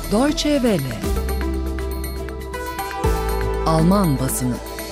Deutsche Welle. Alman basını.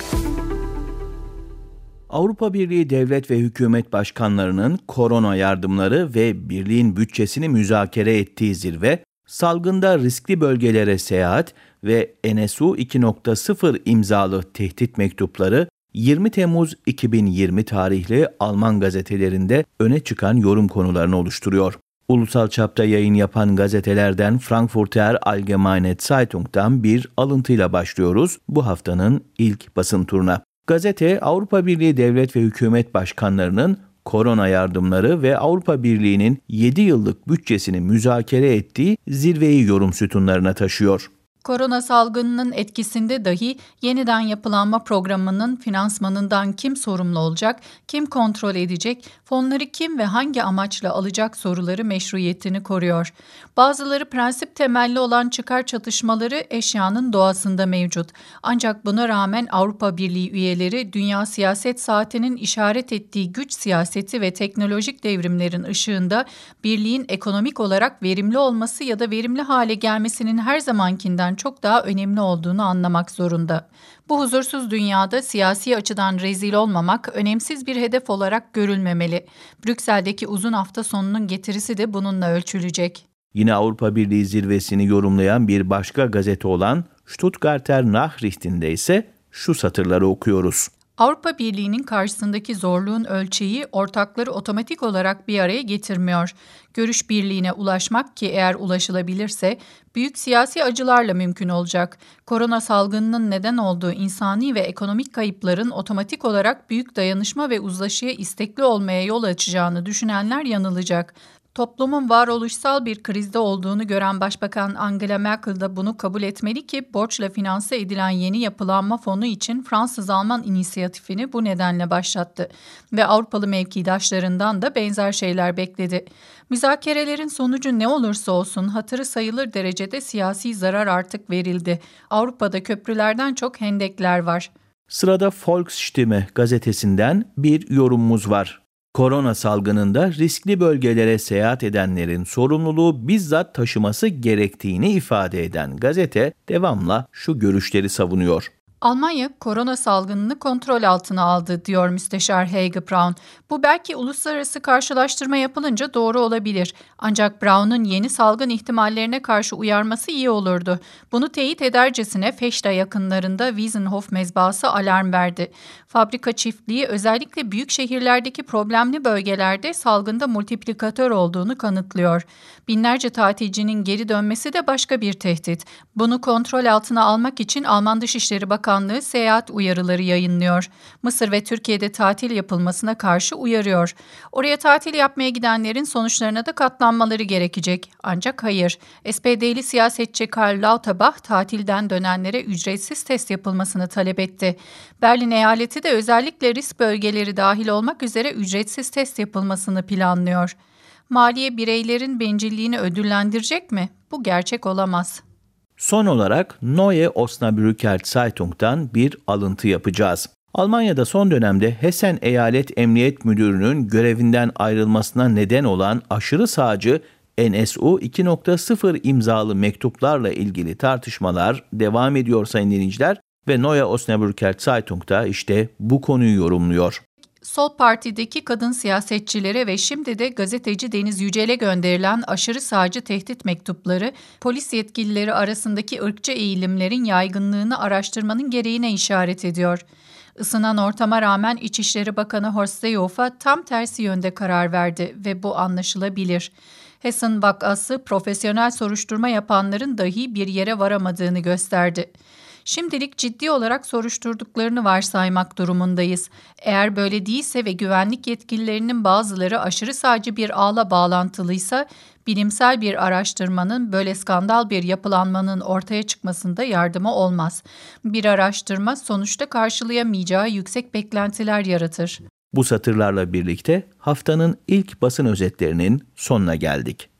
Avrupa Birliği devlet ve hükümet başkanlarının korona yardımları ve birliğin bütçesini müzakere ettiği zirve, salgında riskli bölgelere seyahat ve NSU 2.0 imzalı tehdit mektupları 20 Temmuz 2020 tarihli Alman gazetelerinde öne çıkan yorum konularını oluşturuyor. Ulusal çapta yayın yapan gazetelerden Frankfurter Allgemeine Zeitung'dan bir alıntıyla başlıyoruz bu haftanın ilk basın turuna. Gazete, Avrupa Birliği devlet ve hükümet başkanlarının korona yardımları ve Avrupa Birliği'nin 7 yıllık bütçesini müzakere ettiği zirveyi yorum sütunlarına taşıyor. Korona salgınının etkisinde dahi yeniden yapılanma programının finansmanından kim sorumlu olacak, kim kontrol edecek, fonları kim ve hangi amaçla alacak soruları meşruiyetini koruyor. Bazıları prensip temelli olan çıkar çatışmaları eşyanın doğasında mevcut. Ancak buna rağmen Avrupa Birliği üyeleri dünya siyaset saatinin işaret ettiği güç siyaseti ve teknolojik devrimlerin ışığında birliğin ekonomik olarak verimli olması ya da verimli hale gelmesinin her zamankinden çok daha önemli olduğunu anlamak zorunda. Bu huzursuz dünyada siyasi açıdan rezil olmamak önemsiz bir hedef olarak görülmemeli. Brüksel'deki uzun hafta sonunun getirisi de bununla ölçülecek. Yine Avrupa Birliği zirvesini yorumlayan bir başka gazete olan Stuttgarter Nachrichten'de ise şu satırları okuyoruz. Avrupa Birliği'nin karşısındaki zorluğun ölçeği ortakları otomatik olarak bir araya getirmiyor. Görüş birliğine ulaşmak ki eğer ulaşılabilirse büyük siyasi acılarla mümkün olacak. Korona salgınının neden olduğu insani ve ekonomik kayıpların otomatik olarak büyük dayanışma ve uzlaşıya istekli olmaya yol açacağını düşünenler yanılacak. Toplumun varoluşsal bir krizde olduğunu gören Başbakan Angela Merkel de bunu kabul etmeli ki borçla finanse edilen yeni yapılanma fonu için Fransız-Alman inisiyatifini bu nedenle başlattı ve Avrupalı mevkidaşlarından da benzer şeyler bekledi. Müzakerelerin sonucu ne olursa olsun hatırı sayılır derecede siyasi zarar artık verildi. Avrupa'da köprülerden çok hendekler var. Sırada Volksstimme gazetesinden bir yorumumuz var. Korona salgınında riskli bölgelere seyahat edenlerin sorumluluğu bizzat taşıması gerektiğini ifade eden gazete devamla şu görüşleri savunuyor. Almanya korona salgınını kontrol altına aldı, diyor Müsteşar Helge Braun. Bu belki uluslararası karşılaştırma yapılınca doğru olabilir. Ancak Braun'un yeni salgın ihtimallerine karşı uyarması iyi olurdu. Bunu teyit edercesine Feşta yakınlarında Wiesenhof mezbahası alarm verdi. Fabrika çiftliği özellikle büyük şehirlerdeki problemli bölgelerde salgında multiplikatör olduğunu kanıtlıyor. Binlerce tatilcinin geri dönmesi de başka bir tehdit. Bunu kontrol altına almak için Alman Dışişleri Bakanlığı seyahat uyarıları yayınlıyor. Mısır ve Türkiye'de tatil yapılmasına karşı uyarıyor. Oraya tatil yapmaya gidenlerin sonuçlarına da katlanmaları gerekecek. Ancak hayır. SPD'li siyasetçi Karl Lauterbach tatilden dönenlere ücretsiz test yapılmasını talep etti. Berlin eyaleti de özellikle risk bölgeleri dahil olmak üzere ücretsiz test yapılmasını planlıyor. Maliye bireylerin bencilliğini ödüllendirecek mi? Bu gerçek olamaz. Son olarak Neue Osnabrücker Zeitung'dan bir alıntı yapacağız. Almanya'da son dönemde Hessen Eyalet Emniyet Müdürü'nün görevinden ayrılmasına neden olan aşırı sağcı NSU 2.0 imzalı mektuplarla ilgili tartışmalar devam ediyor sayın dinleyiciler ve Neue Osnabrücker Zeitung'da işte bu konuyu yorumluyor. Sol Parti'deki kadın siyasetçilere ve şimdi de gazeteci Deniz Yücel'e gönderilen aşırı sağcı tehdit mektupları, polis yetkilileri arasındaki ırkçı eğilimlerin yaygınlığını araştırmanın gereğine işaret ediyor. Isınan ortama rağmen İçişleri Bakanı Horst Seehofer tam tersi yönde karar verdi ve bu anlaşılabilir. Hessen vakası profesyonel soruşturma yapanların dahi bir yere varamadığını gösterdi. Şimdilik ciddi olarak soruşturduklarını varsaymak durumundayız. Eğer böyle değilse ve güvenlik yetkililerinin bazıları aşırı sağcı bir ağla bağlantılıysa, bilimsel bir araştırmanın böyle skandal bir yapılanmanın ortaya çıkmasında yardımı olmaz. Bir araştırma sonuçta karşılayamayacağı yüksek beklentiler yaratır. Bu satırlarla birlikte haftanın ilk basın özetlerinin sonuna geldik.